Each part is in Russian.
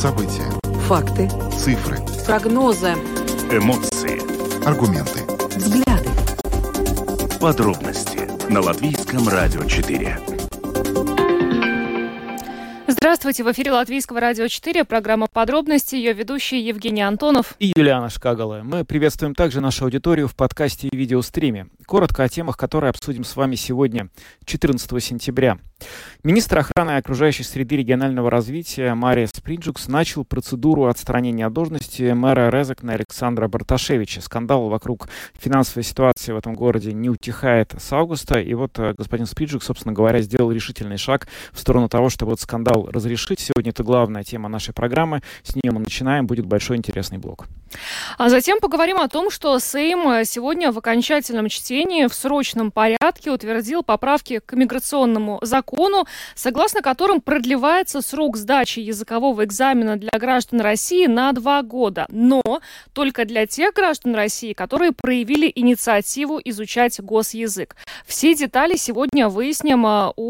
События. Факты. Цифры. Прогнозы. Эмоции. Аргументы. Взгляды. Подробности на Латвийском радио 4. Здравствуйте, в эфире Латвийского радио 4, программа «Подробности», ее ведущие Евгений Антонов и Юлиана Шкагала. Мы приветствуем также нашу аудиторию в подкасте и видеостриме. Коротко о темах, которые обсудим с вами сегодня, 14 сентября. Министр охраны окружающей среды регионального развития Марис Спринджукс начал процедуру отстранения от должности мэра Резекне Александра Барташевича. Скандал вокруг финансовой ситуации в этом городе не утихает с августа. И вот господин Спринджукс, собственно говоря, сделал решительный шаг в сторону того, чтобы этот скандал разрешить. Сегодня это главная тема нашей программы. С нее мы начинаем. Будет большой интересный блок. А затем поговорим о том, что Сейм сегодня в окончательном чтении в срочном порядке утвердил поправки к миграционному закону, согласно которым продлевается срок сдачи языкового экзамена для граждан России на 2 года. Но только для тех граждан России, которые проявили инициативу изучать госязык. Все детали сегодня выясним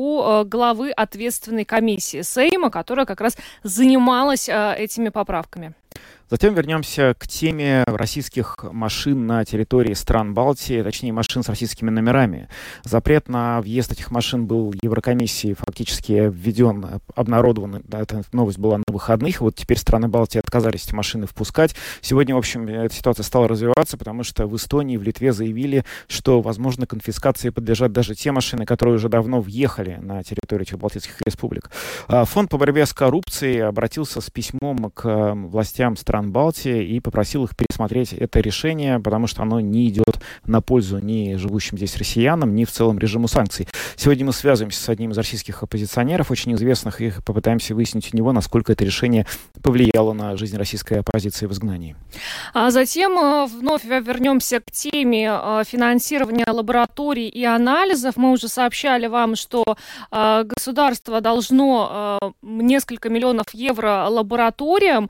у главы ответственной комиссии Сейма, которая как раз занималась этими поправками. Затем вернемся к теме российских машин на территории стран Балтии, точнее машин с российскими номерами. Запрет на въезд этих машин был Еврокомиссией фактически введен, обнародован. Эта новость была на выходных. Вот теперь страны Балтии отказались эти машины впускать. Сегодня, в общем, эта ситуация стала развиваться, потому что в Эстонии, в Литве заявили, что, возможно, конфискации подлежат даже те машины, которые уже давно въехали на территорию этих балтийских республик. Фонд по борьбе с коррупцией обратился с письмом к властям стран Балтии и попросил их пересмотреть это решение, потому что оно не идет на пользу ни живущим здесь россиянам, ни в целом режиму санкций. Сегодня мы связываемся с одним из российских оппозиционеров, очень известных, и попытаемся выяснить у него, насколько это решение повлияло на жизнь российской оппозиции в изгнании. А затем вновь вернемся к теме финансирования лабораторий и анализов. Мы уже сообщали вам, что государство должно несколько миллионов евро лабораториям,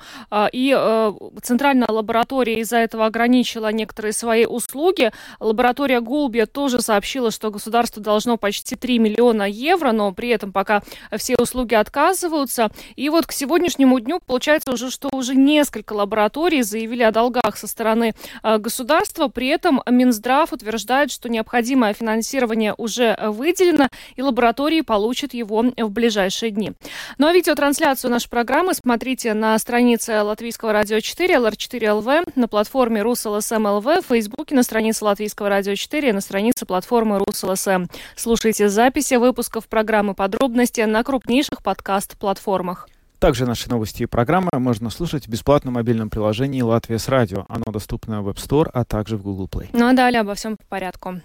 и Центральная лаборатория из-за этого ограничила некоторые свои услуги. Лаборатория Гулбия тоже сообщила, что государство должно почти 3 миллиона евро, но при этом пока все услуги отказываются. И вот к сегодняшнему дню получается уже, что уже несколько лабораторий заявили о долгах со стороны государства. При этом Минздрав утверждает, что необходимое финансирование уже выделено, и лаборатории получат его в ближайшие дни. Ну а видеотрансляцию нашей программы смотрите на странице Латвийского радио 4, LR4LV, на платформе RusLSM.LV, в Фейсбуке, на странице Латвийского радио 4 и на странице платформы RusLSM. Слушайте записи выпусков программы «Подробности» на крупнейших подкаст-платформах. Также наши новости и программы можно слушать в бесплатном мобильном приложении «Латвия с радио». Оно доступно в App Store, а также в Google Play. Ну а далее обо всем по порядку.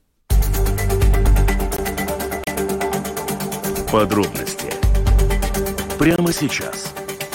Подробности прямо сейчас.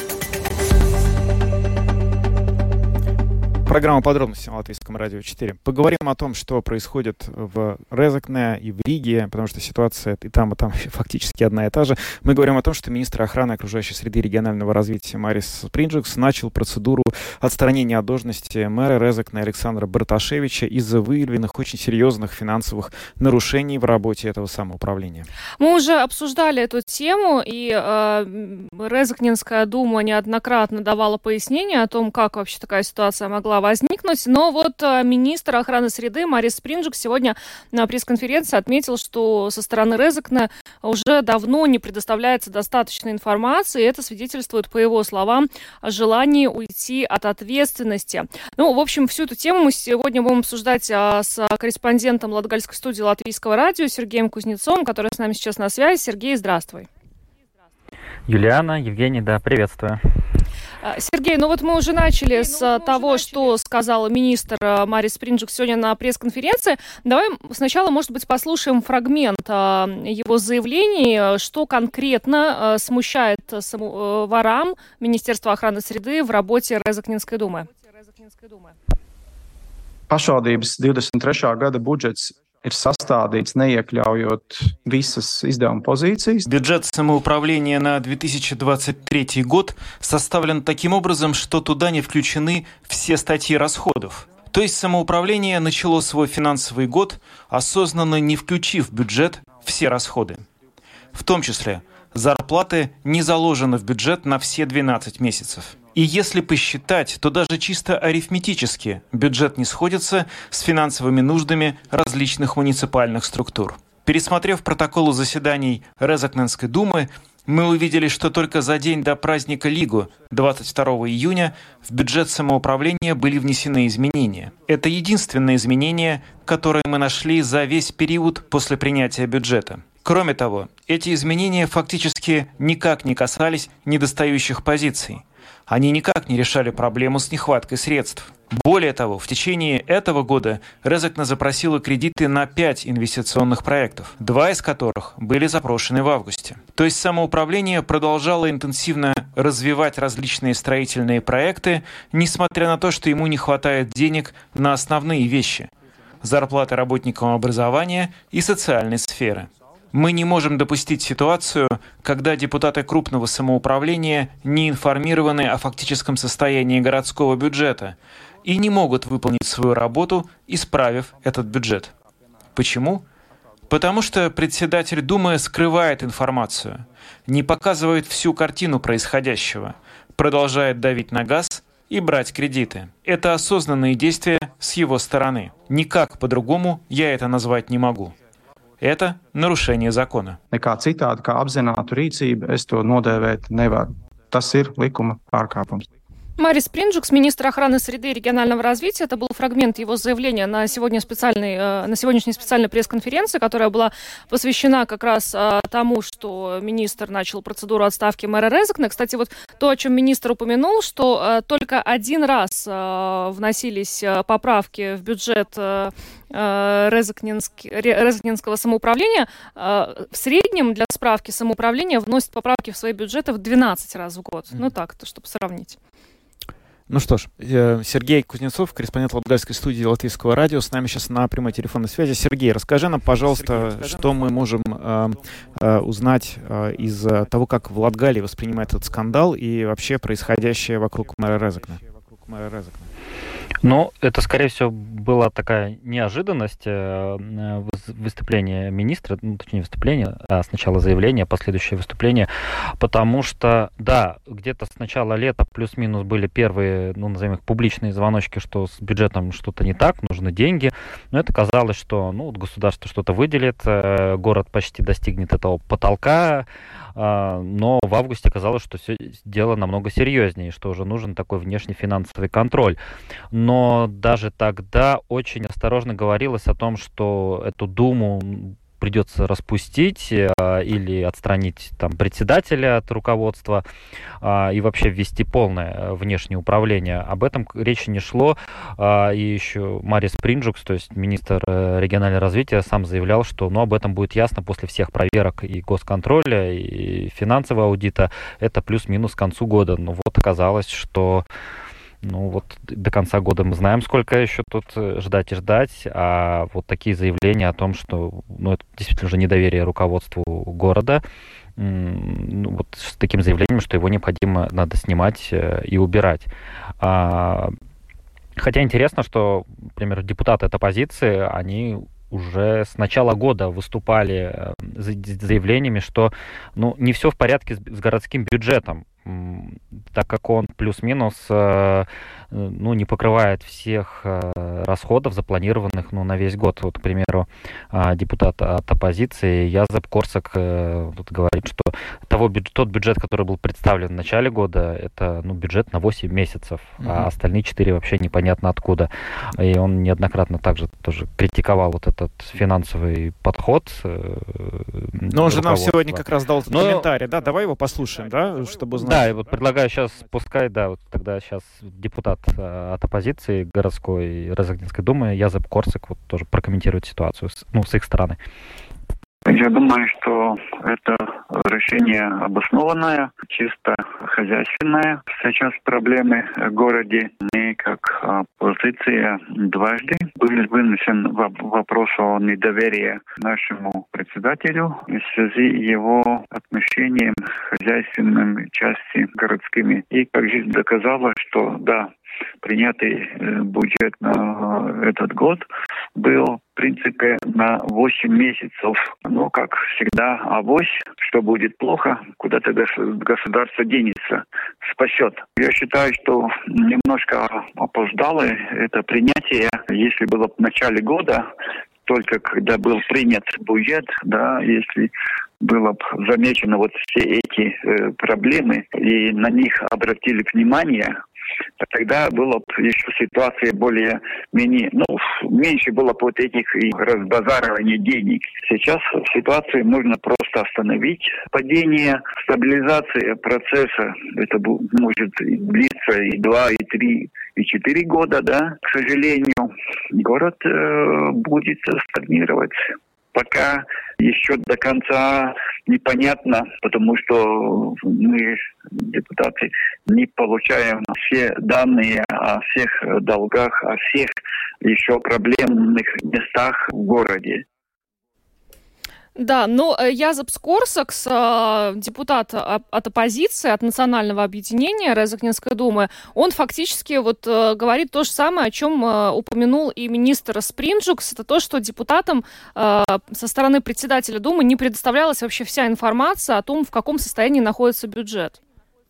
Программа «Подробности» на Латвийском радио 4. Поговорим о том, что происходит в Резекне и в Риге, потому что ситуация и там фактически одна и та же. Мы говорим о том, что министр охраны окружающей среды и регионального развития Марис Спринджукс начал процедуру отстранения от должности мэра Резекне Александра Барташевича из-за выявленных очень серьезных финансовых нарушений в работе этого самоуправления. Мы уже обсуждали эту тему, и Резекненская дума неоднократно давала пояснения о том, как вообще такая ситуация могла возникнуть. Но вот министр охраны среды Марис Спринджукс сегодня на пресс-конференции отметил, что со стороны Резекне уже давно не предоставляется достаточной информации, и это свидетельствует, по его словам, о желании уйти от ответственности. Ну, в общем, всю эту тему мы сегодня будем обсуждать с корреспондентом Латгальской студии Латвийского радио Сергеем Кузнецовым, который с нами сейчас на связи. Сергей, здравствуй. Юлиана, Евгений, да, приветствую. Сергей, ну вот мы уже начали с того, что сказал министр Марис Спринджукс сегодня на пресс-конференции. Давай сначала, может быть, послушаем фрагмент его заявлений, что конкретно смущает ворам Министерства охраны среды в работе Резекненской думы. Pašvaldības 23. gada budžets ir sastādīts, neiekļaujot visas izdevuma pozīcijas. Бюджет самоуправления на 2023 год составлен таким образом, что туда не включены все статьи расходов. То есть самоуправление начало свой финансовый год, осознанно не включив в бюджет все расходы. В том числе, зарплаты не заложены в бюджет на все 12 месяцев. И если посчитать, то даже чисто арифметически бюджет не сходится с финансовыми нуждами различных муниципальных структур. Пересмотрев протоколы заседаний Резакненской думы, мы увидели, что только за день до праздника Лигу, 22 июня, в бюджет самоуправления были внесены изменения. Это единственное изменение, которое мы нашли за весь период после принятия бюджета. Кроме того, эти изменения фактически никак не касались недостающих позиций. Они никак не решали проблему с нехваткой средств. Более того, в течение этого года Резакне запросила кредиты на 5 инвестиционных проектов, 2 из которых были запрошены в августе. То есть самоуправление продолжало интенсивно развивать различные строительные проекты, несмотря на то, что ему не хватает денег на основные вещи – зарплаты работникам образования и социальной сферы. Мы не можем допустить ситуацию, когда депутаты крупного самоуправления не информированы о фактическом состоянии городского бюджета и не могут выполнить свою работу, исправив этот бюджет. Почему? Потому что председатель Думы скрывает информацию, не показывает всю картину происходящего, продолжает давить на газ и брать кредиты. Это осознанные действия с его стороны. Никак по-другому я это назвать не могу. Это нарушение закона. Nekā citādi, kā apzinātu rīcību, es to nodēvēt nevaru. Tas ir likuma pārkāpums. Марис Принджукс, министр охраны среды и регионального развития. Это был фрагмент его заявления на сегодняшней специальной пресс-конференции, которая была посвящена как раз тому, что министр начал процедуру отставки мэра Резакне. Кстати, вот то, о чем министр упомянул, что только один раз вносились поправки в бюджет Резакненского самоуправления. В среднем, для справки, самоуправление вносит поправки в свои бюджеты в 12 раз в год. Ну так, чтобы сравнить. Ну что ж, Сергей Кузнецов, корреспондент Латгальской студии Латвийского радио, с нами сейчас на прямой телефонной связи. Сергей, расскажи нам, пожалуйста, что мы можем узнать из того, как в Латгалии воспринимает этот скандал и вообще происходящее вокруг мэра Резакне. Ну, это, скорее всего, была такая неожиданность выступления министра, точнее, выступление, а сначала заявление, последующее выступление, потому что, да, где-то с начала лета плюс-минус были первые, назовем их, публичные звоночки, что с бюджетом что-то не так, нужны деньги, но это казалось, что, государство что-то выделит, город почти достигнет этого потолка, но в августе казалось, что все дело намного серьезнее, что уже нужен такой внешний финансовый контроль. Но даже тогда очень осторожно говорилось о том, что эту Думу придется распустить или отстранить председателя от руководства и вообще ввести полное внешнее управление. Об этом речи не шло. И еще Марис Принджукс, то есть министр регионального развития, сам заявлял, что об этом будет ясно после всех проверок и госконтроля, и финансового аудита. Это плюс-минус к концу года. Но вот оказалось, что до конца года мы знаем, сколько еще тут ждать и ждать, а вот такие заявления о том, что это действительно уже недоверие руководству города, с таким заявлением, что его надо снимать и убирать. Хотя интересно, что, например, депутаты от оппозиции, они уже с начала года выступали с заявлениями, что не все в порядке с городским бюджетом, так как он плюс-минус не покрывает всех расходов, запланированных на весь год. Вот, к примеру, депутат от оппозиции Язеп Корсак говорит, что тот бюджет, который был представлен в начале года, это бюджет на 8 месяцев, а остальные 4 вообще непонятно откуда. И он неоднократно также тоже критиковал этот финансовый подход. Но он же нам сегодня как раз дал этот комментарий, да? Давай его послушаем, да, чтобы узнать. Да, и предлагаю сейчас, тогда сейчас депутат от оппозиции городской Резакненской думы Язеп Корсак тоже прокомментирует ситуацию с их стороны. Я думаю, что это решение обоснованное, чисто хозяйственное. Сейчас проблемы в городе не как позиция дважды. Был вынесен вопрос о недоверии нашему председателю в связи с его отношением сокращением хозяйственной части городскими. И как жизнь доказала, что да, принятый бюджет на этот год был, в принципе, на 8 месяцев. Но, как всегда, авось, что будет плохо, куда-то государство денется, спасет. Я считаю, что немножко опоздало это принятие. Если было в начале года, только когда был принят бюджет, да, если было бы замечено вот все эти проблемы и на них обратили внимание, тогда была бы еще ситуация более-менее, меньше было бы вот этих разбазаривания денег. Сейчас ситуацию можно просто остановить. Падение, стабилизация процесса, это может длиться и 2, и 3, и 4 года, да. К сожалению, город будет стагнировать. Пока еще до конца непонятно, потому что мы, депутаты, не получаем все данные о всех долгах, о всех еще проблемных местах в городе. Да, но Язепс Корсакс, депутат от оппозиции, от Национального объединения Резекненской думы, он фактически говорит то же самое, о чем упомянул и министр Спринджукс. Это то, что депутатам со стороны председателя Думы не предоставлялась вообще вся информация о том, в каком состоянии находится бюджет.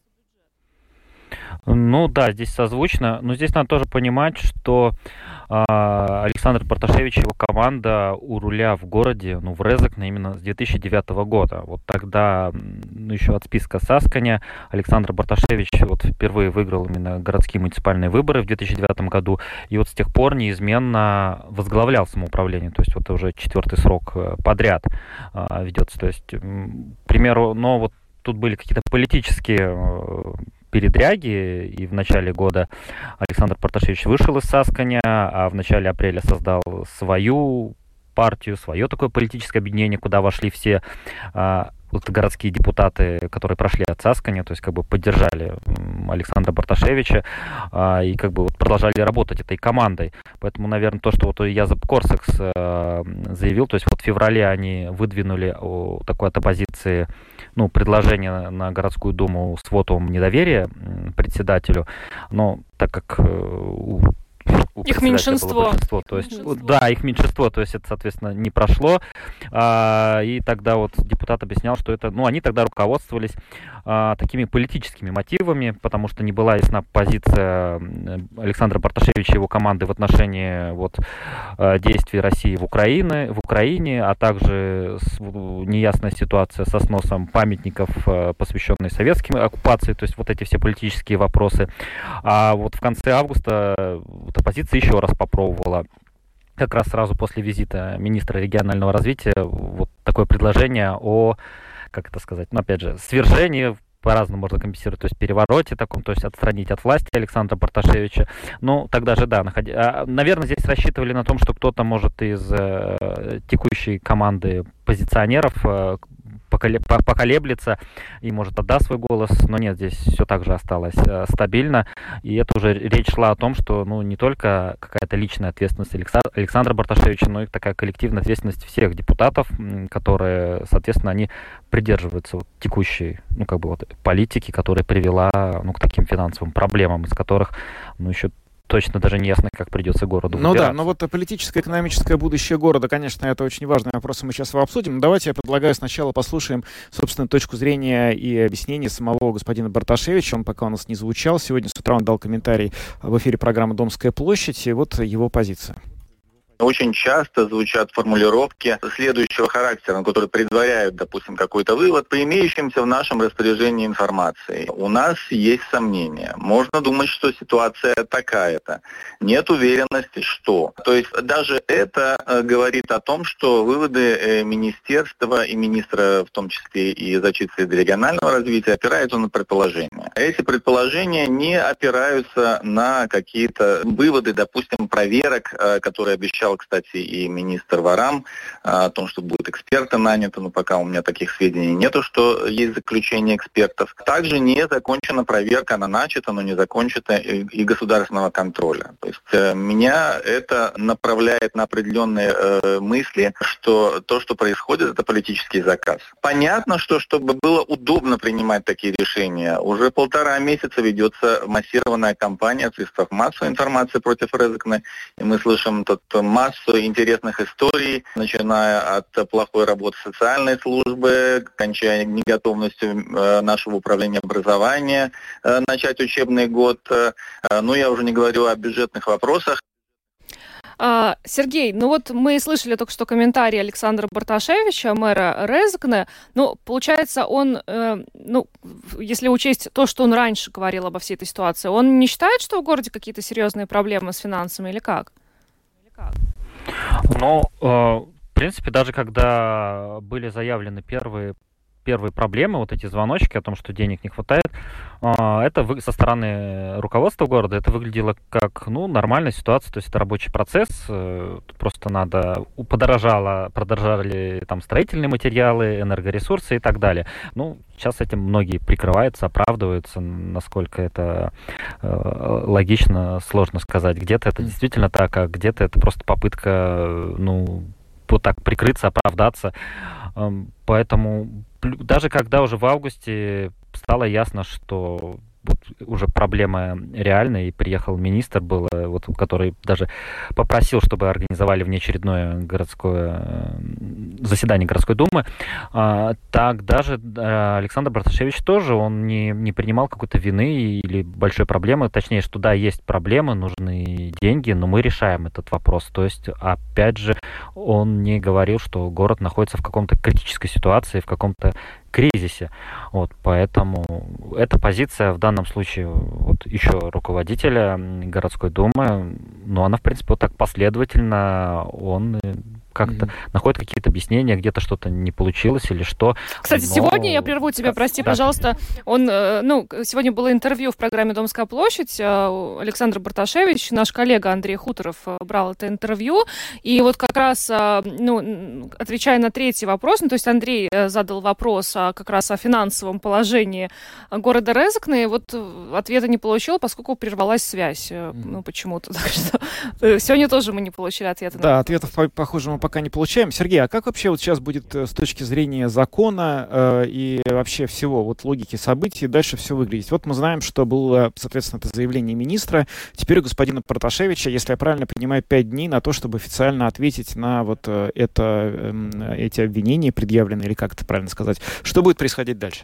Ну да, здесь созвучно, но здесь надо тоже понимать, что Александр Барташевич и его команда у руля в городе, в Резекне именно с 2009 года. Вот тогда, еще от списка Сасканя, Александр Барташевич впервые выиграл именно городские муниципальные выборы в 2009 году, и с тех пор неизменно возглавлял самоуправление, то есть это уже 4-й срок подряд ведется. То есть, к примеру, тут были какие-то политические передряги, и в начале года Александр Барташевич вышел из Сасканя, а в начале апреля создал свою партию, свое такое политическое объединение, куда вошли все городские депутаты, которые прошли от Сасканя, то есть поддержали Александра Барташевича и продолжали работать этой командой. Поэтому, наверное, то, что Язеп Корсакс заявил, то есть в феврале они выдвинули такой от оппозиции предложение на городскую думу с вотом недоверия председателю, но так как их меньшинство. То есть, да, их меньшинство, то есть это, соответственно, не прошло. И тогда депутат объяснял, что это, они тогда руководствовались такими политическими мотивами, потому что не была ясна позиция Александра Барташевича и его команды в отношении действий России в Украине, а также неясная ситуация со сносом памятников, посвященных советским оккупации, то есть эти все политические вопросы. А в конце августа оппозиция еще раз попробовала, как раз сразу после визита министра регионального развития, такое предложение о, опять же, свержении, по-разному можно компенсировать, то есть перевороте таком, то есть отстранить от власти Александра Барташевича. Тогда же, да, наверное, здесь рассчитывали на том, что кто-то может из текущей команды позиционеров поколеблется и, может, отдаст свой голос, но нет, здесь все так же осталось стабильно, и это уже речь шла о том, что, не только какая-то личная ответственность Александра Барташевича, но и такая коллективная ответственность всех депутатов, которые, соответственно, они придерживаются текущей, политики, которая привела, к таким финансовым проблемам, из которых, еще точно даже не ясно, как придется городу выбираться. Но политическое, экономическое будущее города, конечно, это очень важный вопрос, и мы сейчас его обсудим. Но давайте я предлагаю сначала послушаем, собственно, точку зрения и объяснение самого господина Барташевича. Он пока у нас не звучал. Сегодня с утра он дал комментарий в эфире программы «Домская площадь», и его позиция. Очень часто звучат формулировки следующего характера, которые предваряют, допустим, какой-то вывод по имеющимся в нашем распоряжении информации. У нас есть сомнения. Можно думать, что ситуация такая-то. Нет уверенности, что. То есть даже это говорит о том, что выводы министерства и министра, в том числе и зачислителя регионального развития, опираются на предположения. Эти предположения не опираются на какие-то выводы, допустим, проверок, которые обещал обещал, кстати, и министр Варам о том, что будут эксперты наняты, но пока у меня таких сведений нету, что есть заключение экспертов. Также не закончена проверка, она начата, но не закончена и государственного контроля. То есть меня это направляет на определенные мысли, что то, что происходит, это политический заказ. Понятно, что чтобы было удобно принимать такие решения, уже 1,5 месяца ведется массированная кампания в средствах массовой информации против Резекне, и мы слышим тут массу интересных историй, начиная от плохой работы социальной службы, кончая неготовностью нашего управления образования начать учебный год. Ну, я уже не говорю о бюджетных вопросах. Сергей, ну вот мы слышали только что комментарий Александра Барташевича, мэра Резекне. Ну, получается, он, если учесть то, что он раньше говорил обо всей этой ситуации, он не считает, что в городе какие-то серьезные проблемы с финансами или как? Ну, в принципе, даже когда были заявлены первые проблемы, вот эти звоночки о том, что денег не хватает, это со стороны руководства города это выглядело как нормальная ситуация, то есть это рабочий процесс, просто подорожали там строительные материалы, энергоресурсы и так далее. Ну, сейчас этим многие прикрываются, оправдываются, насколько это логично, сложно сказать. Где-то это действительно так, а где-то это просто попытка, вот так прикрыться, оправдаться. Поэтому даже когда уже в августе стало ясно, что вот уже проблема реальная, и приехал министр, который даже попросил, чтобы организовали внеочередное заседание городской думы, так даже Александр Барташевич тоже, он не принимал какой-то вины или большой проблемы, точнее, что да, есть проблемы, нужны деньги, но мы решаем этот вопрос. То есть, опять же, он не говорил, что город находится в каком-то критической ситуации, в каком-то кризисе. Вот, поэтому эта позиция в данном случае вот еще руководителя городской думы, она, в принципе, вот так последовательно, он как-то находит какие-то объяснения, где-то что-то не получилось или что. Кстати, сегодня, я прерву тебя, прости, пожалуйста, сегодня было интервью в программе «Домская площадь», Александр Барташевич, наш коллега Андрей Хуторов брал это интервью, и вот как раз, отвечая на третий вопрос, то есть Андрей задал вопрос как раз о финансовом положении города Резекне, вот ответа не получил, поскольку прервалась связь, почему-то, так что сегодня тоже мы не получили ответа. Да, ответов, похоже, мы пока не получаем. Сергей, а как вообще вот сейчас будет с точки зрения закона и вообще всего, вот логики событий, дальше все выглядеть? Вот мы знаем, что было, соответственно, это заявление министра. Теперь у господина Барташевича, если я правильно понимаю, 5 дней на то, чтобы официально ответить на вот эти обвинения предъявленные, или как это правильно сказать. Что будет происходить дальше?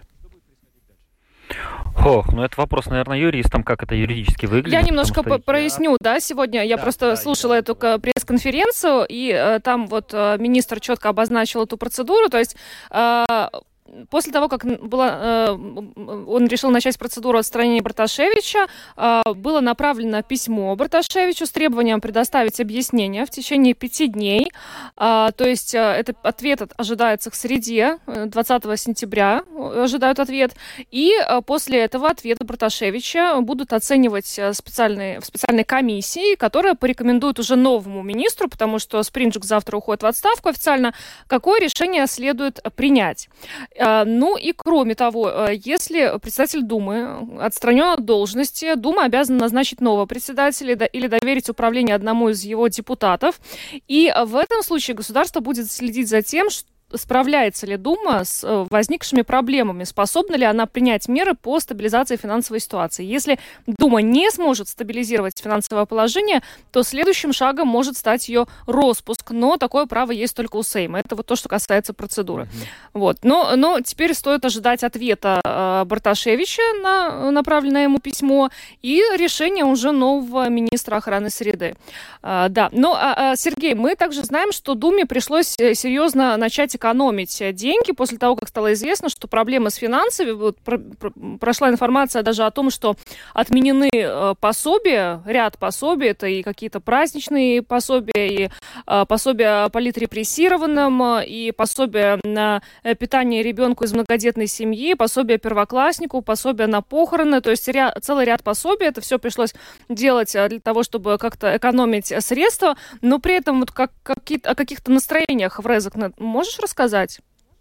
Это вопрос, наверное, юристам, как это юридически выглядит. Я немножко проясню, сегодня я просто слушала эту пресс-конференцию, и там вот министр четко обозначил эту процедуру, то есть после того, как он решил начать процедуру отстранения Барташевича, было направлено письмо Барташевичу с требованием предоставить объяснение в течение 5 дней. То есть этот ответ ожидается к среде, 20 сентября ожидают ответ. И после этого ответа Барташевича будут оценивать в специальной комиссии, которая порекомендует уже новому министру, потому что Спринджик завтра уходит в отставку официально, какое решение следует принять. И кроме того, если председатель Думы отстранен от должности, Дума обязана назначить нового председателя или доверить управление одному из его депутатов. И в этом случае государство будет следить за тем, справляется ли Дума с возникшими проблемами, способна ли она принять меры по стабилизации финансовой ситуации. Если Дума не сможет стабилизировать финансовое положение, то следующим шагом может стать ее распуск, но такое право есть только у Сейма. Это вот то, что касается процедуры. Вот. Но теперь стоит ожидать ответа Барташевича на направленное ему письмо и решение уже нового министра охраны среды. Сергей, мы также знаем, что Думе пришлось серьезно начать экономить деньги после того, как стало известно, что проблема с финансами, вот прошла информация даже о том, что отменены пособия, ряд пособий, это и какие-то праздничные пособия, и пособия политрепрессированным, и пособия на питание ребенку из многодетной семьи, пособия первокласснику, пособия на похороны, то есть целый ряд пособий. Это все пришлось делать для того, чтобы как-то экономить средства, но при этом вот о каких-то настроениях в Резекне можешь рассказать?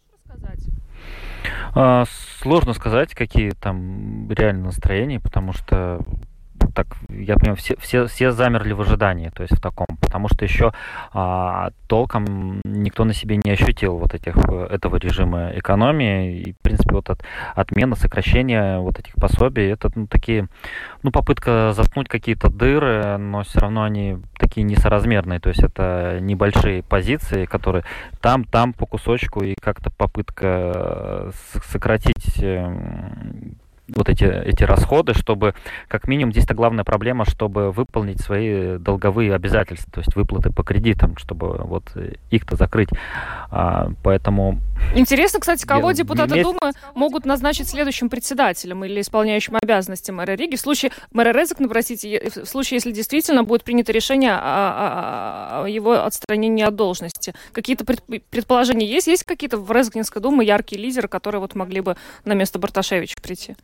Сложно сказать, какие там реально настроения, потому что так, я понимаю, все замерли в ожидании, то есть в таком, потому что еще толком никто на себе не ощутил вот этого режима экономии, и, в принципе, вот отмена, сокращение вот этих пособий, это попытка заткнуть какие-то дыры, но все равно они такие несоразмерные, то есть это небольшие позиции, которые там по кусочку, и как-то попытка сократить вот эти расходы, чтобы, как минимум, здесь-то главная проблема, чтобы выполнить свои долговые обязательства, то есть выплаты по кредитам, чтобы вот их-то закрыть. Поэтому... Интересно, кстати, кого депутаты Думы могут назначить следующим председателем или исполняющим обязанности мэра Риги, мэра Резекне, простите, в случае, если действительно будет принято решение о его отстранении от должности. Какие-то предположения есть? Есть какие-то в Резекненской Думе яркие лидеры, которые вот могли бы на место Барташевича прийти?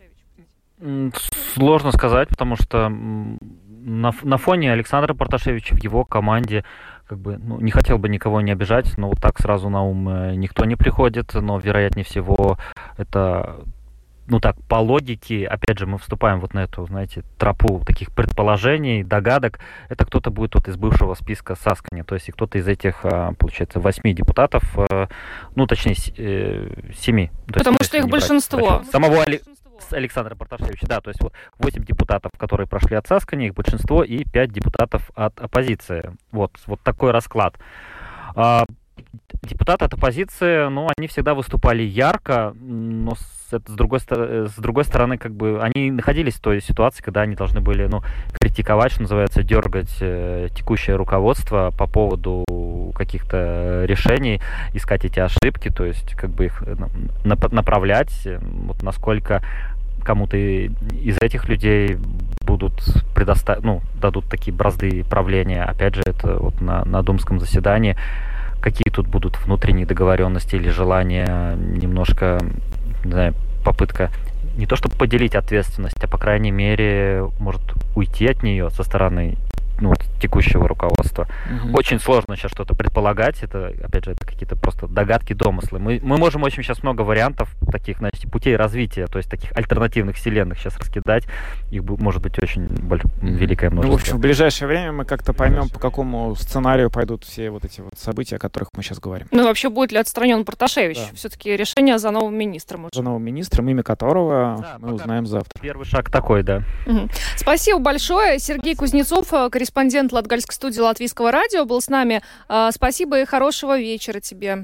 Сложно сказать, потому что на фоне Александра Барташевича в его команде не хотел бы никого не обижать, но вот так сразу на ум никто не приходит, но вероятнее всего это, по логике, опять же, мы вступаем вот на эту, знаете, тропу таких предположений, догадок, это кто-то будет вот из бывшего списка Саскани, то есть и кто-то из этих, получается, 8 депутатов, точнее, 7. Потому что их большинство. Самого Александра Барташевича, да, то есть вот 8 депутатов, которые прошли от Саскани, их большинство, и 5 депутатов от оппозиции. Вот такой расклад. Депутаты от оппозиции, они всегда выступали ярко, но с другой стороны, они находились в той ситуации, когда они должны были, критиковать, что называется, дергать текущее руководство по поводу каких-то решений, искать эти ошибки, то есть их направлять, насколько кому-то из этих людей будут дадут такие бразды правления. Опять же, это вот на думском заседании, какие тут будут внутренние договоренности или желания немножко, не знаю, попытка не то чтобы поделить ответственность, а по крайней мере, может, уйти от нее со стороны текущего руководства. Очень сложно сейчас что-то предполагать. Это, опять же, это какие-то просто догадки, домыслы. Мы можем очень сейчас много вариантов таких, путей развития, то есть таких альтернативных вселенных сейчас раскидать. Их может быть очень великое множество. В общем, в ближайшее время мы как-то поймем, по какому сценарию пойдут все вот эти вот события, о которых мы сейчас говорим. Вообще, будет ли отстранен Барташевич? Да. Все-таки решение за новым министром. За новым министром, имя которого мы узнаем завтра. Первый шаг такой, да. Спасибо большое. Сергей Кузнецов, корреспондент Латгальской студии Латвийского радио, был с нами. Спасибо и хорошего вечера тебе.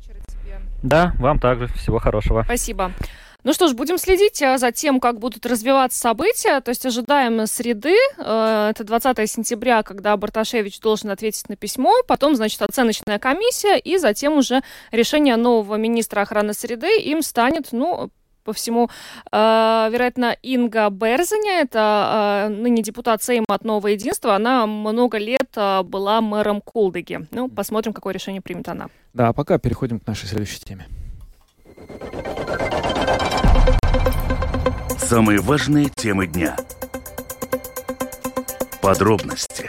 Да, вам также. Всего хорошего. Спасибо. Ну что ж, будем следить за тем, как будут развиваться события. То есть ожидаем среды, это 20 сентября, когда Барташевич должен ответить на письмо. Потом, оценочная комиссия, и затем уже решение нового министра охраны среды. Им станет, по всему, вероятно, Инга Берзиня, это ныне депутат Сейма от Нового Единства. Она много лет была мэром Кулдыги. Посмотрим, какое решение примет она. Да, а пока переходим к нашей следующей теме. Самые важные темы дня. Подробности.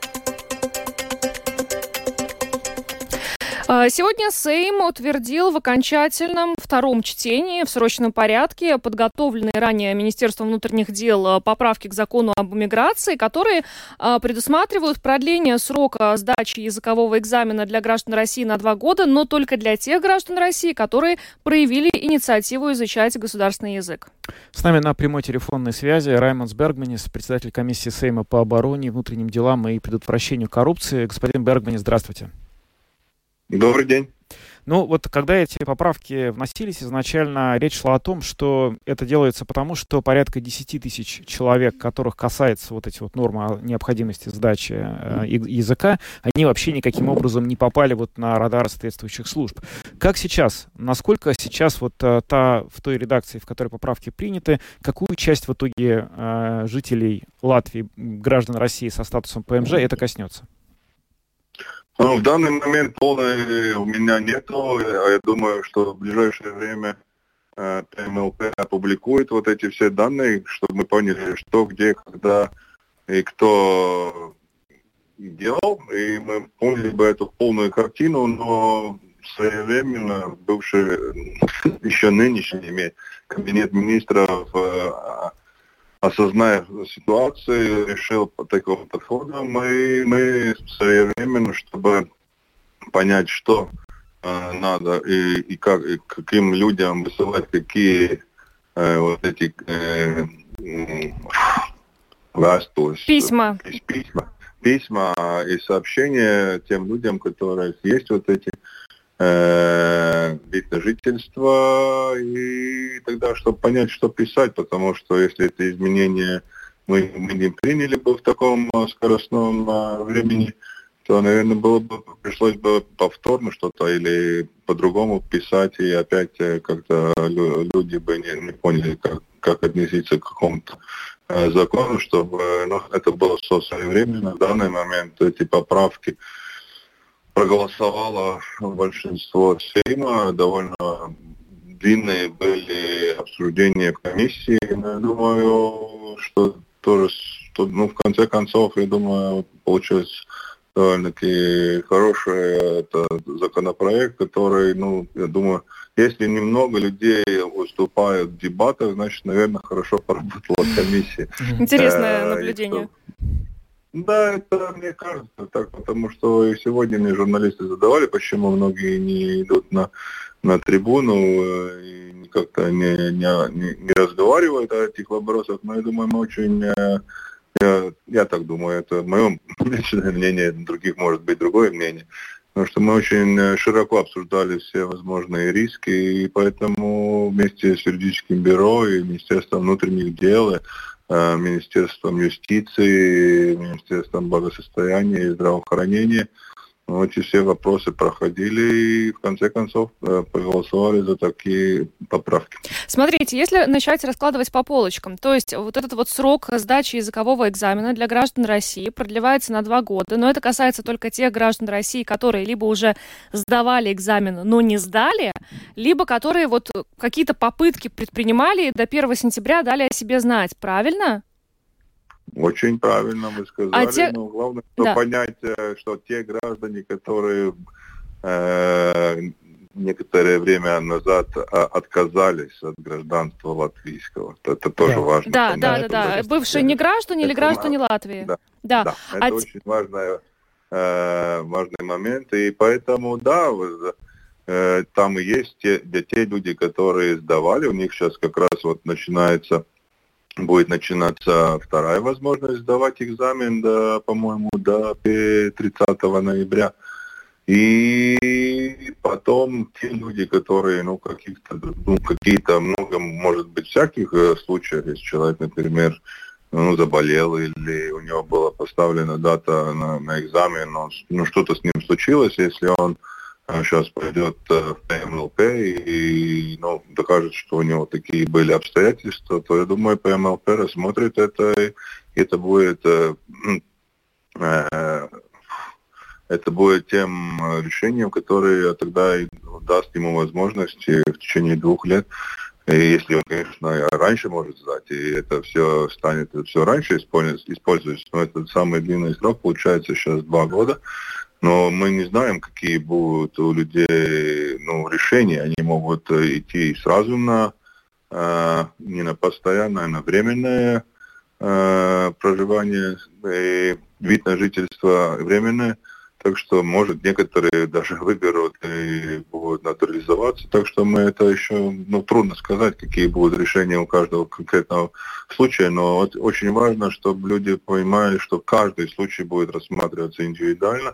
Сегодня Сейм утвердил в окончательном втором чтении в срочном порядке подготовленные ранее Министерством внутренних дел поправки к закону об иммиграции, которые предусматривают продление срока сдачи языкового экзамена для граждан России на 2 года, но только для тех граждан России, которые проявили инициативу изучать государственный язык. С нами на прямой телефонной связи Раймондс Бергманис, председатель комиссии Сейма по обороне, внутренним делам и предотвращению коррупции. Господин Бергманис, здравствуйте. Добрый день. Ну, вот когда эти поправки вносились, изначально речь шла о том, что это делается потому, что порядка 10 тысяч человек, которых касается вот эти вот нормы о необходимости сдачи языка, они вообще никаким образом не попали вот на радар соответствующих служб. Как сейчас? Насколько сейчас вот в той редакции, в которой поправки приняты, какую часть в итоге жителей Латвии, граждан России со статусом ПМЖ это коснется? В данный момент полной у меня нету. Я думаю, что в ближайшее время ПМЛП опубликует вот эти все данные, чтобы мы поняли, что, где, когда и кто делал. И мы поняли бы эту полную картину, но своевременно бывший, еще нынешний кабинет министров, осознав ситуацию, решил по такому подходу. Мы своевременно, чтобы понять, что надо и каким людям высылать какие вот эти письма и сообщения тем людям, которые есть вот эти вид на жительство, и тогда, чтобы понять, что писать, потому что если эти изменения мы не приняли бы в таком скоростном времени, то, наверное, пришлось бы повторно что-то или по-другому писать, и опять как-то люди бы не поняли, как относиться к какому-то закону, чтобы это было своевременно. В данный момент эти поправки проголосовало большинство Сейма, довольно длинные были обсуждения в комиссии. Но я думаю, что тоже, в конце концов, я думаю, получилось довольно-таки хороший законопроект, который, я думаю, если немного людей выступают в дебатах, значит, наверное, хорошо поработала комиссия. Интересное наблюдение. Да, это мне кажется так, потому что и сегодня мне журналисты задавали, почему многие не идут на трибуну и как-то не разговаривают о этих вопросах. Но я думаю, мы очень, я так думаю, это мое личное мнение, других может быть другое мнение, потому что мы очень широко обсуждали все возможные риски, и поэтому вместе с юридическим бюро и Министерством внутренних дел, Министерством юстиции, Министерством благосостояния и здравоохранения. Эти все вопросы проходили и в конце концов проголосовали за такие поправки. Смотрите, если начать раскладывать по полочкам, то есть вот этот вот срок сдачи языкового экзамена для граждан России продлевается на 2 года, но это касается только тех граждан России, которые либо уже сдавали экзамен, но не сдали, либо которые вот какие-то попытки предпринимали и до 1 сентября дали о себе знать, правильно? Очень правильно вы сказали, но главное понять, что те граждане, которые некоторое время назад отказались от гражданства латвийского, это тоже важно. Да. Бывшие не граждане или граждане Латвии. Да. Это очень важный момент, и поэтому, там и есть те люди, которые сдавали, у них сейчас как раз вот будет начинаться вторая возможность сдавать экзамен, по-моему, до 30 ноября. И потом те люди, которые, какие-то много, может быть, всяких случаев, если человек, например, заболел или у него была поставлена дата на экзамен, что-то с ним случилось, если он сейчас пойдет в ПМЛП и докажет, что у него такие были обстоятельства, то я думаю, ПМЛП рассмотрит это, и это будет тем решением, которое тогда и даст ему возможность в течение 2 лет, и если он, конечно, раньше может сдать, и это все станет все раньше использоваться, но это самый длинный срок, получается сейчас 2 года. Но мы не знаем, какие будут у людей решения. Они могут идти сразу не на постоянное, а на временное проживание, вид на жительство временное. Так что, может, некоторые даже выберут и будут натурализоваться. Так что мы это еще, трудно сказать, какие будут решения у каждого конкретного случая. Но очень важно, чтобы люди понимали, что каждый случай будет рассматриваться индивидуально.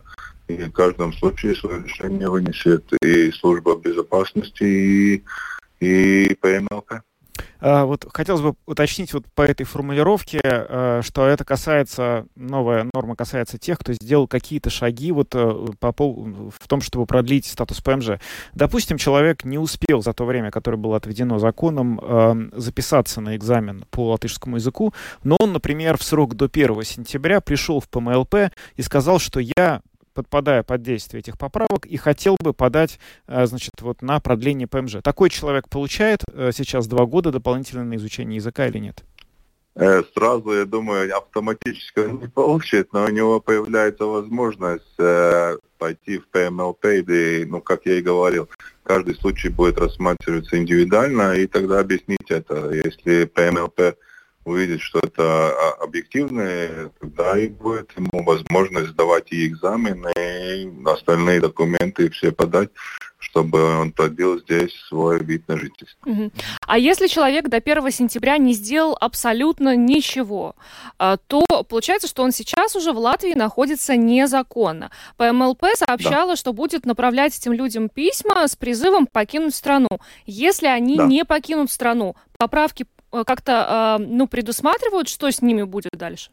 И в каждом случае свое решение вынесет и служба безопасности, и ПМЛП. Вот хотелось бы уточнить вот по этой формулировке, что это касается, новая норма касается тех, кто сделал какие-то шаги вот в том, чтобы продлить статус ПМЖ. Допустим, человек не успел за то время, которое было отведено законом, записаться на экзамен по латышскому языку, но он, например, в срок до 1 сентября пришел в ПМЛП и сказал, что я подпадая под действие этих поправок и хотел бы подать, значит, вот на продление ПМЖ. Такой человек получает сейчас 2 года дополнительно на изучение языка или нет? Сразу, я думаю, автоматически он не получит, но у него появляется возможность пойти в ПМЛП, и, ну, как я и говорил, каждый случай будет рассматриваться индивидуально, и тогда объяснить это. Если ПМЛП увидит, что это объективно, тогда и будет ему возможность сдавать и экзамены, и остальные документы все подать, чтобы он продлил здесь свой вид на жительство. А если человек до 1 сентября не сделал абсолютно ничего, то получается, что он сейчас уже в Латвии находится незаконно. ПМЛП сообщала, что будет направлять этим людям письма с призывом покинуть страну. Если они не покинут страну, поправки как-то предусматривают, что с ними будет дальше?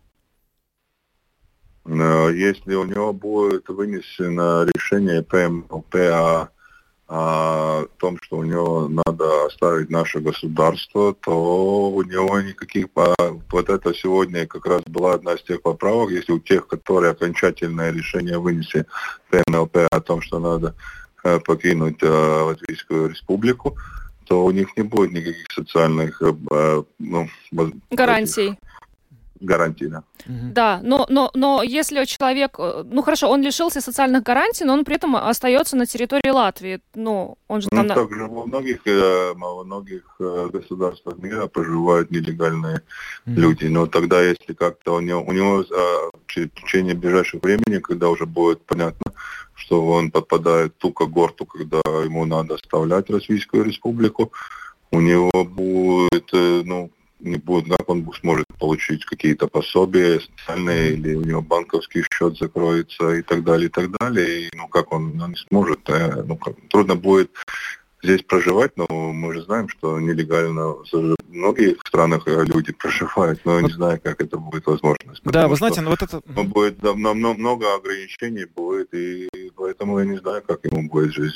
Если у него будет вынесено решение ПМЛП о том, что у него надо оставить наше государство, то у него никаких... Вот это сегодня как раз была одна из тех поправок, если у тех, которые окончательное решение вынесли ПМЛП о том, что надо покинуть Латвийскую республику, то у них не будет никаких социальных гарантий. Гарантий, да. Да, но если человек, хорошо, он лишился социальных гарантий, но он при этом остается на территории Латвии, он же там... Также во многих государствах мира проживают нелегальные люди, но тогда, если как-то у него в течение ближайшего времени, когда уже будет понятно, что он попадает в ту когорту, когда ему надо оставлять Российскую Республику, у него будет, не будет, как он сможет получить какие-то пособия социальные, или у него банковский счет закроется и так далее, и так далее. И, как он не сможет, трудно будет здесь проживать, но мы же знаем, что нелегально в многих странах люди проживают, но не знаю, как это будет возможно. Да, вы знаете, будет много ограничений будет, и поэтому я не знаю, как ему будет жить.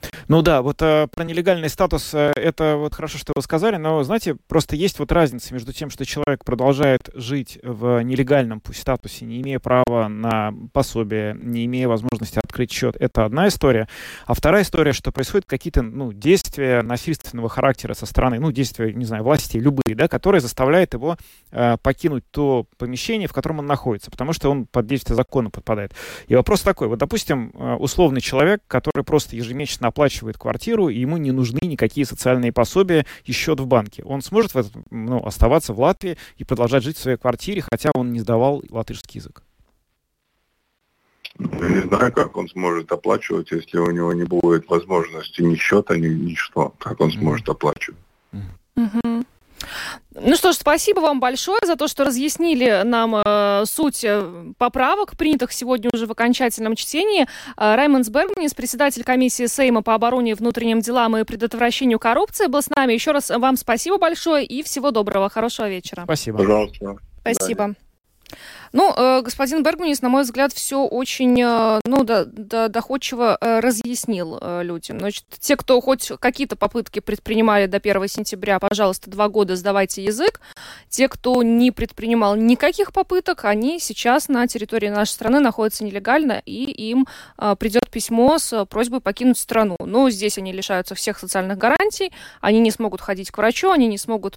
Про нелегальный статус, это вот хорошо, что вы сказали, но, знаете, просто есть вот разница между тем, что человек продолжает жить в нелегальном статусе, не имея права на пособие, не имея возможности открыть счет. Это одна история. А вторая история, что происходят какие-то, действия насильственного характера со стороны, действия, не знаю, власти, любые, да, которые заставляют его покинуть то помещение, в котором он находится, потому что он под действие закона подпадает. И вопрос такой, вот, допустим, условный человек, который просто ежемесячно оплачивает квартиру, и ему не нужны никакие социальные пособия и счет в банке. Он сможет оставаться в Латвии и продолжать жить в своей квартире, хотя он не сдавал латышский язык? Я не знаю, как он сможет оплачивать, если у него не будет возможности ни счета, ни что. Как он сможет оплачивать? Ну что ж, спасибо вам большое за то, что разъяснили нам суть поправок, принятых сегодня уже в окончательном чтении. Раймондс Бергманис, председатель комиссии Сейма по обороне, внутренним делам и предотвращению коррупции, был с нами. Еще раз вам спасибо большое и всего доброго, хорошего вечера. Спасибо. Пожалуйста. Спасибо. Господин Бергманис, на мой взгляд, все очень доходчиво разъяснил людям. Значит, те, кто хоть какие-то попытки предпринимали до 1 сентября, пожалуйста, 2 года сдавайте язык. Те, кто не предпринимал никаких попыток, они сейчас на территории нашей страны находятся нелегально, и им придет письмо с просьбой покинуть страну. Но здесь они лишаются всех социальных гарантий, они не смогут ходить к врачу, они не смогут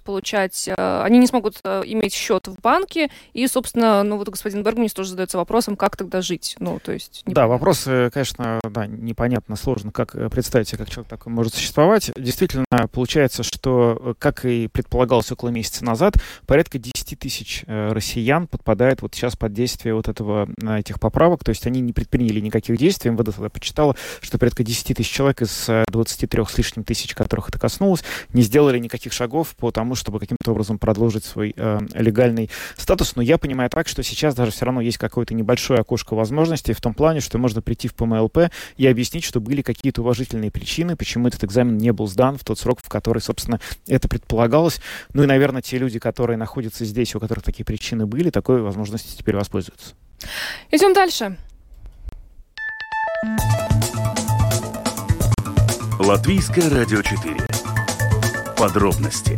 иметь счет в банке, и, собственно, господин Бергманис тоже задается вопросом, как тогда жить. Да, вопрос, конечно, непонятно, сложно, как представить себе, как человек такой может существовать. Действительно, получается, что, как и предполагалось около месяца назад, порядка 10 тысяч россиян подпадает вот сейчас под действие этих поправок, то есть они не предприняли никаких действий. МВД тогда почитала, что порядка 10 тысяч человек из 23 с лишним тысяч, которых это коснулось, не сделали никаких шагов по тому, чтобы каким-то образом продолжить свой легальный статус. Но я понимаю так, что сейчас сейчас даже все равно есть какое-то небольшое окошко возможностей в том плане, что можно прийти в ПМЛП и объяснить, что были какие-то уважительные причины, почему этот экзамен не был сдан в тот срок, в который, собственно, это предполагалось. Ну и, наверное, те люди, которые находятся здесь, у которых такие причины были, такой возможностью теперь воспользуются. Идем дальше. Латвийское радио 4. Подробности.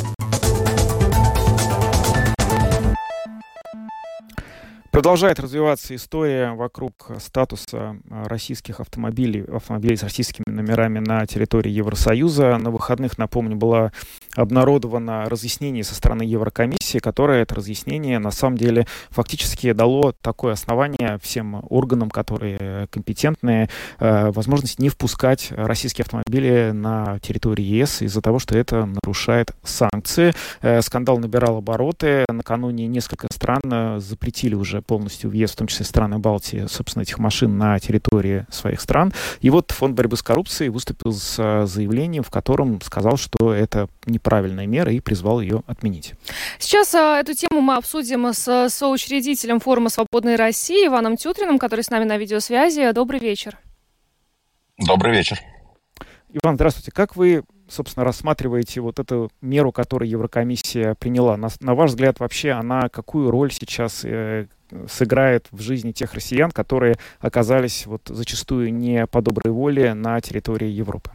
Продолжает развиваться история вокруг статуса российских автомобилей с российскими номерами на территории Евросоюза. На выходных, напомню, было обнародовано разъяснение со стороны Еврокомиссии, которое это разъяснение на самом деле фактически дало такое основание всем органам, которые компетентные, возможность не впускать российские автомобили на территорию ЕС из-за того, что это нарушает санкции. Скандал набирал обороты. Накануне несколько стран запретили уже полностью въезд, в том числе страны Балтии, собственно, этих машин на территории своих стран. И вот Фонд борьбы с коррупцией выступил с заявлением, в котором сказал, что это неправильная мера, и призвал ее отменить. Сейчас эту тему мы обсудим с соучредителем форума «Свободной России» Иваном Тютриным, который с нами на видеосвязи. Добрый вечер. Добрый вечер. Иван, здравствуйте. Как вы, собственно, рассматриваете вот эту меру, которую Еврокомиссия приняла? На ваш взгляд, вообще она какую роль сейчас сыграет в жизни тех россиян, которые оказались вот зачастую не по доброй воле на территории Европы?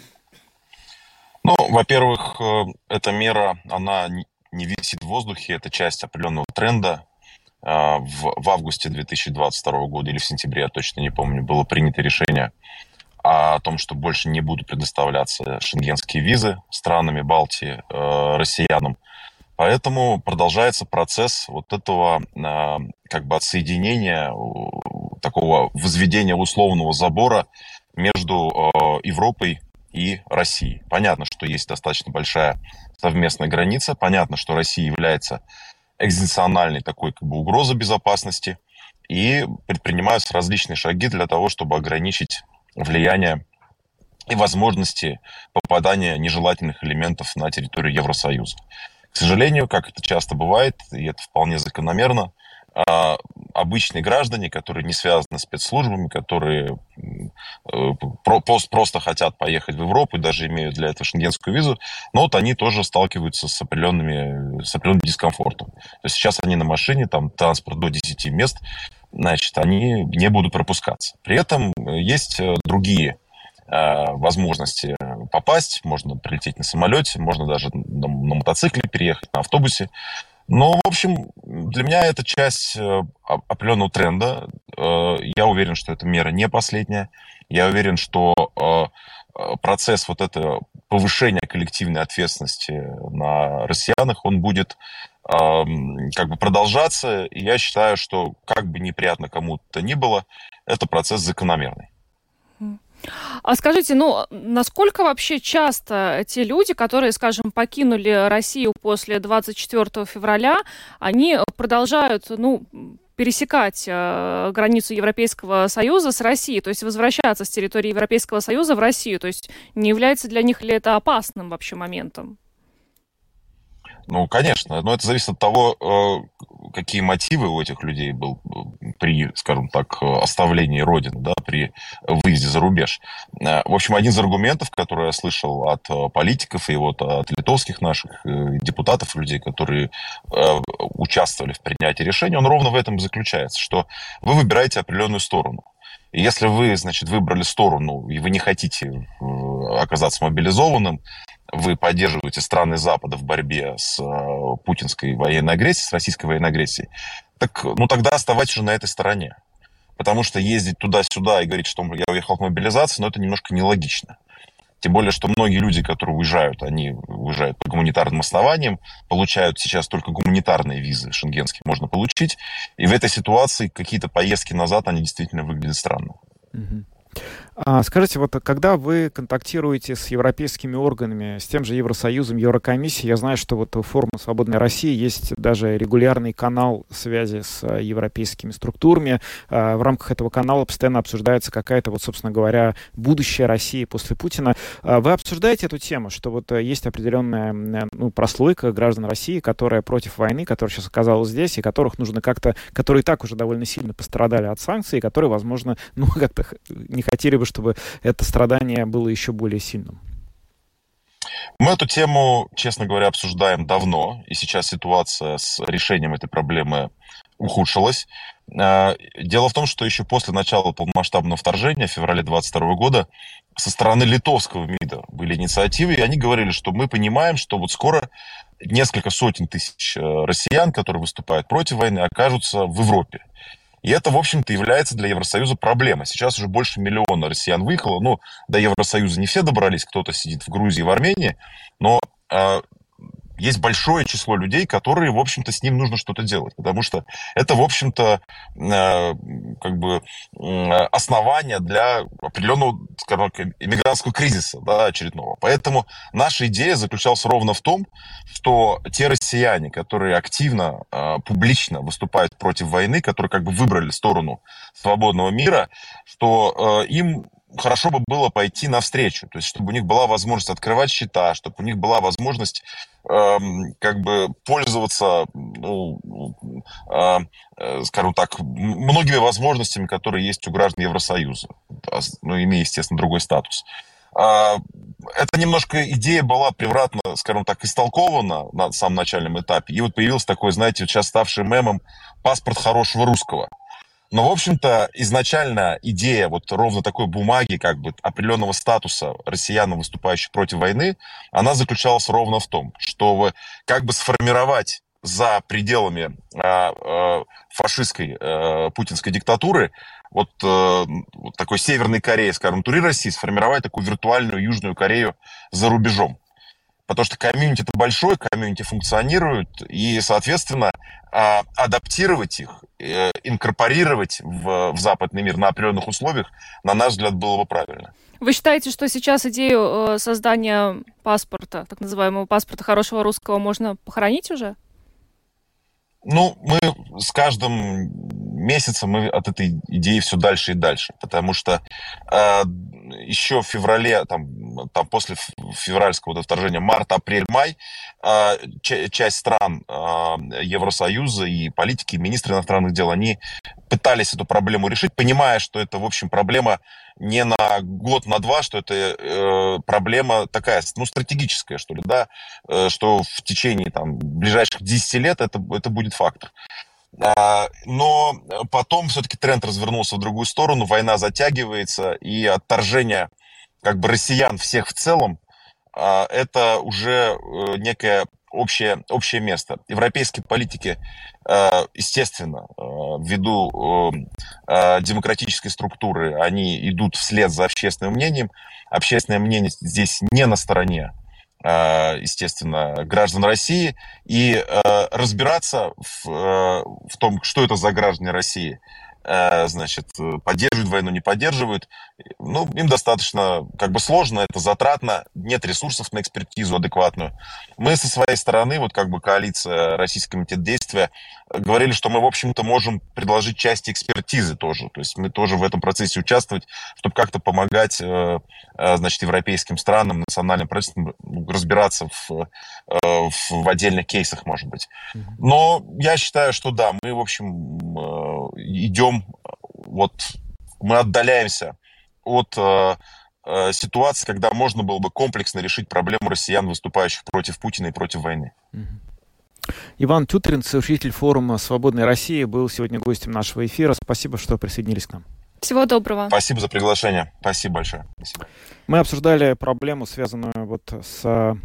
Ну, во-первых, эта мера, она не висит в воздухе, это часть определенного тренда. В августе 2022 года или в сентябре, я точно не помню, было принято решение о том, что больше не будут предоставляться шенгенские визы странами Балтии россиянам. Поэтому продолжается процесс вот этого как бы отсоединения, такого возведения условного забора между Европой и Россией. Понятно, что есть достаточно большая совместная граница, понятно, что Россия является экзистенциальной такой как бы угрозой безопасности, и предпринимаются различные шаги для того, чтобы ограничить влияние и возможности попадания нежелательных элементов на территорию Евросоюза. К сожалению, как это часто бывает, и это вполне закономерно, обычные граждане, которые не связаны с спецслужбами, которые просто хотят поехать в Европу и даже имеют для этого шенгенскую визу, но вот они тоже сталкиваются с определенным дискомфортом. То есть сейчас они на машине, там транспорт до 10 мест, значит, они не будут пропускаться. При этом есть другие возможности попасть, можно прилететь на самолете, можно даже на мотоцикле переехать, на автобусе. Но, в общем, для меня это часть определенного тренда. Я уверен, что эта мера не последняя. Я уверен, что процесс вот этого повышения коллективной ответственности на россиянах, он будет как бы продолжаться. И я считаю, что как бы неприятно кому-то ни было, это процесс закономерный. А скажите, насколько вообще часто те люди, которые, скажем, покинули Россию после 24 февраля, они продолжают, пересекать границу Европейского Союза с Россией, то есть возвращаться с территории Европейского Союза в Россию? То есть не является для них ли это опасным вообще моментом? Ну, конечно, но это зависит от того, какие мотивы у этих людей был при, скажем так, оставлении Родины, да, при выезде за рубеж. В общем, один из аргументов, который я слышал от политиков и вот от литовских наших депутатов, людей, которые участвовали в принятии решения, он ровно в этом и заключается, что вы выбираете определенную сторону. И если вы, значит, выбрали сторону, и вы не хотите оказаться мобилизованным, вы поддерживаете страны Запада в борьбе с путинской военной агрессией, с российской военной агрессией, так, тогда оставайтесь уже на этой стороне. Потому что ездить туда-сюда и говорить, что я уехал в мобилизацию, это немножко нелогично. Тем более, что многие люди, которые уезжают, они уезжают по гуманитарным основаниям, получают сейчас только гуманитарные визы шенгенские можно получить. И в этой ситуации какие-то поездки назад, они действительно выглядят странно. Скажите, вот когда вы контактируете с европейскими органами, с тем же Евросоюзом, Еврокомиссией, я знаю, что вот у Форума «Свободной России» есть даже регулярный канал связи с европейскими структурами. В рамках этого канала постоянно обсуждается какая-то, вот, собственно говоря, будущее России после Путина. Вы обсуждаете эту тему, что вот есть определенная прослойка граждан России, которая против войны, которая сейчас оказалась здесь, и которых нужно как-то, которые и так уже довольно сильно пострадали от санкций, и которые, возможно, как-то не хотели бы, чтобы это страдание было еще более сильным? Мы эту тему, честно говоря, обсуждаем давно, и сейчас ситуация с решением этой проблемы ухудшилась. Дело в том, что еще после начала полномасштабного вторжения в феврале 2022 года со стороны литовского МИДа были инициативы, и они говорили, что мы понимаем, что вот скоро несколько сотен тысяч россиян, которые выступают против войны, окажутся в Европе. И это, в общем-то, является для Евросоюза проблемой. Сейчас уже больше 1 миллиона россиян выехало. До Евросоюза не все добрались, кто-то сидит в Грузии, в Армении, но есть большое число людей, которые, в общем-то, с ним нужно что-то делать, потому что это, в общем-то, основание для определенного, скажем так, иммигрантского кризиса, очередного. Поэтому наша идея заключалась ровно в том, что те россияне, которые активно, публично выступают против войны, которые выбрали сторону свободного мира, что им хорошо бы было пойти навстречу, то есть чтобы у них была возможность открывать счета, чтобы у них была возможность пользоваться, скажем так, многими возможностями, которые есть у граждан Евросоюза, имея, естественно, другой статус. Эта немножко идея была превратно, скажем так, истолкована на самом начальном этапе, и вот появился такой, знаете, сейчас ставший мемом «паспорт хорошего русского». Но, в общем-то, изначально идея вот ровно такой бумаги, определенного статуса россиян, выступающих против войны, она заключалась ровно в том, что сформировать за пределами фашистской путинской диктатуры вот такой Северной Кореи, скажем, тури России, сформировать такую виртуальную Южную Корею за рубежом. Потому что комьюнити это большое, комьюнити функционирует, и, соответственно, адаптировать их, инкорпорировать в западный мир на определенных условиях, на наш взгляд, было бы правильно. Вы считаете, что сейчас идею создания паспорта, так называемого паспорта хорошего русского, можно похоронить уже? Мы с каждым месяцем от этой идеи все дальше и дальше, потому что еще в феврале, после февральского вторжения, март, апрель, май, часть стран Евросоюза и политики, и министры иностранных дел, они пытались эту проблему решить, понимая, что это, в общем, проблема не на год, на два, что это проблема такая, стратегическая, что ли, что в течение ближайших 10 лет это будет фактор. Но потом все-таки тренд развернулся в другую сторону, война затягивается, и отторжение россиян всех в целом, это уже некое общее место. Европейские политики, естественно, ввиду демократической структуры, они идут вслед за общественным мнением. Общественное мнение здесь не на стороне, естественно, граждан России, и разбираться в том, что это за граждане России, поддерживают войну, не поддерживают, им достаточно сложно, это затратно, нет ресурсов на экспертизу адекватную. Мы со своей стороны, коалиция «Российский комитет действия», говорили, что мы, в общем-то, можем предложить части экспертизы тоже, то есть мы тоже в этом процессе участвовать, чтобы как-то помогать, европейским странам, национальным правительствам разбираться в отдельных кейсах, может быть. Но я считаю, что да, мы, в общем, идем, мы отдаляемся от ситуации, когда можно было бы комплексно решить проблему россиян, выступающих против Путина и против войны. Иван Тютринц, учредитель форума «Свободной России», был сегодня гостем нашего эфира. Спасибо, что присоединились к нам. Всего доброго. Спасибо за приглашение. Спасибо большое. Спасибо. Мы обсуждали проблему, связанную с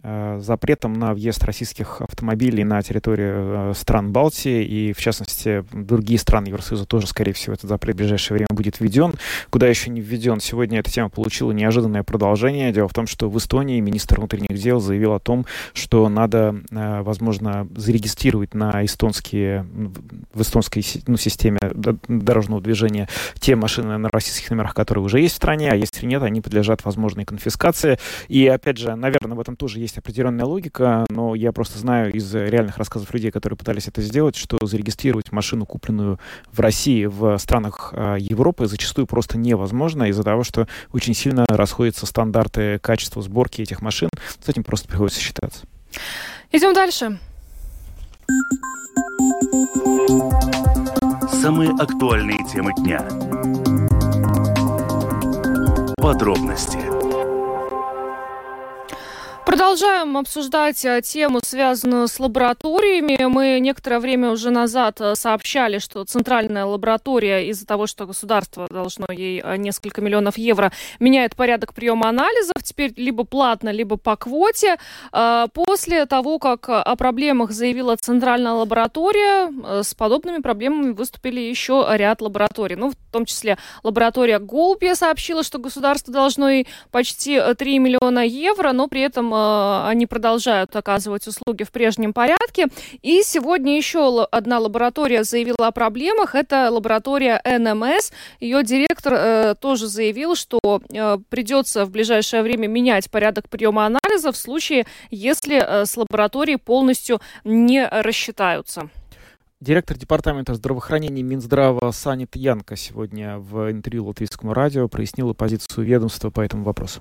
запретом на въезд российских автомобилей на территорию стран Балтии, и, в частности, другие страны Евросоюза тоже, скорее всего, этот запрет в ближайшее время будет введен. Куда еще не введен? Сегодня эта тема получила неожиданное продолжение. Дело в том, что в Эстонии министр внутренних дел заявил о том, что надо, возможно, зарегистрировать в эстонской системе дорожного движения те машины на российских номерах, которые уже есть в стране, а если нет, они подлежат возможной конфискации. И, опять же, наверное, в этом тоже есть определенная логика, но я просто знаю из реальных рассказов людей, которые пытались это сделать, что зарегистрировать машину, купленную в России, в странах Европы, зачастую просто невозможно из-за того, что очень сильно расходятся стандарты качества сборки этих машин. С этим просто приходится считаться. Идем дальше. Самые актуальные темы дня. Подробности. Продолжаем обсуждать тему, связанную с лабораториями. Мы некоторое время уже назад сообщали, что центральная лаборатория из-за того, что государство должно ей несколько миллионов евро, меняет порядок приема анализов. Теперь либо платно, либо по квоте. После того, как о проблемах заявила центральная лаборатория, с подобными проблемами выступили еще ряд лабораторий. В том числе лаборатория Голубья сообщила, что государство должно ей почти 3 миллиона евро, но при этом они продолжают оказывать услуги в прежнем порядке. И сегодня еще одна лаборатория заявила о проблемах. Это лаборатория НМС. Ее директор тоже заявил, что придется в ближайшее время менять порядок приема анализов в случае, если с лабораторией полностью не рассчитаются. Директор департамента здравоохранения Минздрава Санита Янка сегодня в интервью Латвийскому радио прояснила позицию ведомства по этому вопросу.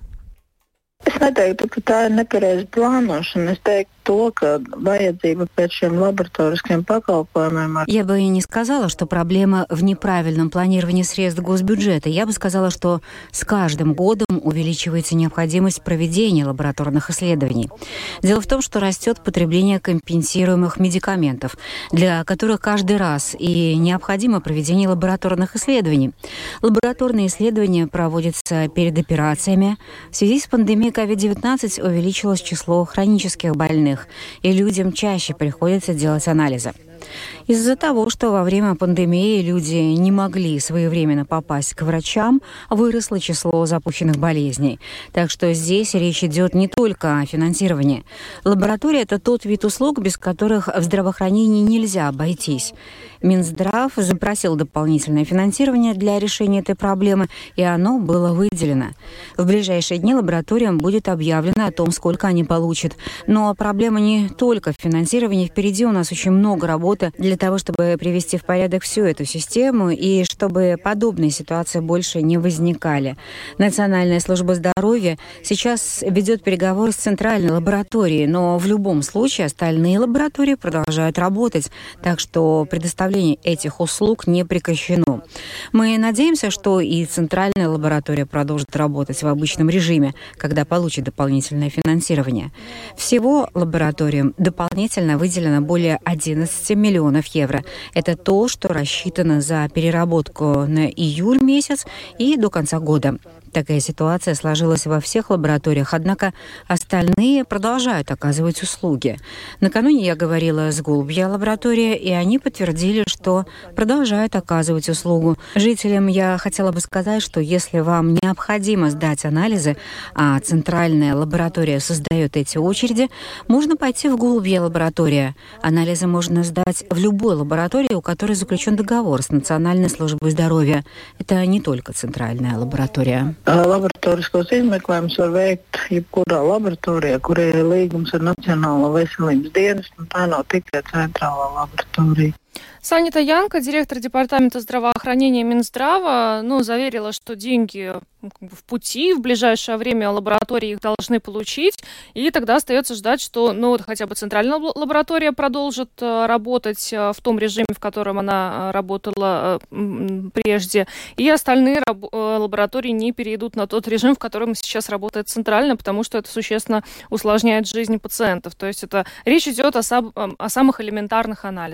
Es neteiktu, ka tā ir nepareiza plānošana. Es teiktu to, ka vajadzība pēc šiem laboratoriskiem pakalpojumiem. Я бы и не сказала, что проблема в неправильном планировании средств госбюджета. Я бы сказала, что с каждым годом увеличивается необходимость проведения лабораторных исследований. Дело в том, что растет потребление компенсируемых медикаментов, для которых каждый раз и необходимо проведение лабораторных исследований. Лабораторные исследования проводятся перед операциями. В связи с пандемией COVID-19 увеличилось число хронических больных, и людям чаще приходится делать анализы. Из-за того, что во время пандемии люди не могли своевременно попасть к врачам, выросло число запущенных болезней. Так что здесь речь идет не только о финансировании. Лаборатория – это тот вид услуг, без которых в здравоохранении нельзя обойтись. Минздрав запросил дополнительное финансирование для решения этой проблемы, и оно было выделено. В ближайшие дни лабораториям будет объявлено о том, сколько они получат. Но проблема не только в финансировании. Впереди у нас очень много работы для того, чтобы привести в порядок всю эту систему и чтобы подобные ситуации больше не возникали. Национальная служба здоровья сейчас ведет переговоры с центральной лабораторией, но в любом случае остальные лаборатории продолжают работать, так что предоставление этих услуг не прекращено. Мы надеемся, что и центральная лаборатория продолжит работать в обычном режиме, когда получит дополнительное финансирование. Всего лабораториям дополнительно выделено более 11 миллионов евро. Это то, что рассчитано за переработку на июль месяц и до конца года. Такая ситуация сложилась во всех лабораториях, однако остальные продолжают оказывать услуги. Накануне я говорила с Голубья лабораторией, и они подтвердили, что продолжают оказывать услугу. Жителям я хотела бы сказать, что если вам необходимо сдать анализы, а центральная лаборатория создает эти очереди, можно пойти в Голубья лаборатория. Анализы можно сдать в любой лаборатории, у которой заключен договор с Национальной службой здоровья. Это не только центральная лаборатория. Laboratoriskos izmeklējumus var veikt jebkurā laboratorijā, kur ir līgums ar Nacionālo veselības dienestu, un tā nav tikai centrālā laboratorija. Санита Янка, директор департамента здравоохранения Минздрава, заверила, что деньги в пути, в ближайшее время лаборатории их должны получить, и тогда остается ждать, что хотя бы центральная лаборатория продолжит работать в том режиме, в котором она работала прежде, и остальные лаборатории не перейдут на тот режим, в котором сейчас работает центральная, потому что это существенно усложняет жизнь пациентов. То есть речь идет о самых элементарных анализах.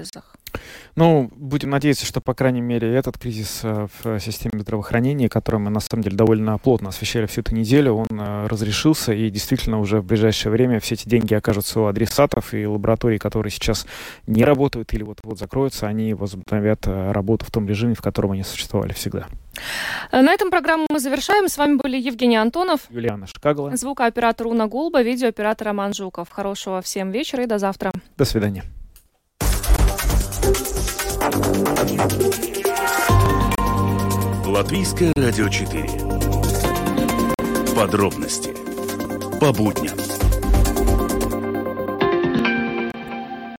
Ну, будем надеяться, что, по крайней мере, этот кризис в системе здравоохранения, который мы, на самом деле, довольно плотно освещали всю эту неделю, он разрешился, и действительно уже в ближайшее время все эти деньги окажутся у адресатов, и лаборатории, которые сейчас не работают или вот-вот закроются, они возобновят работу в том режиме, в котором они существовали всегда. На этом программу мы завершаем. С вами были Евгений Антонов, Юлиана Шкагла, звукооператор Уна Гулба, видеооператор Роман Жуков. Хорошего всем вечера и до завтра. До свидания. Латвийское радио 4. Подробности по будням.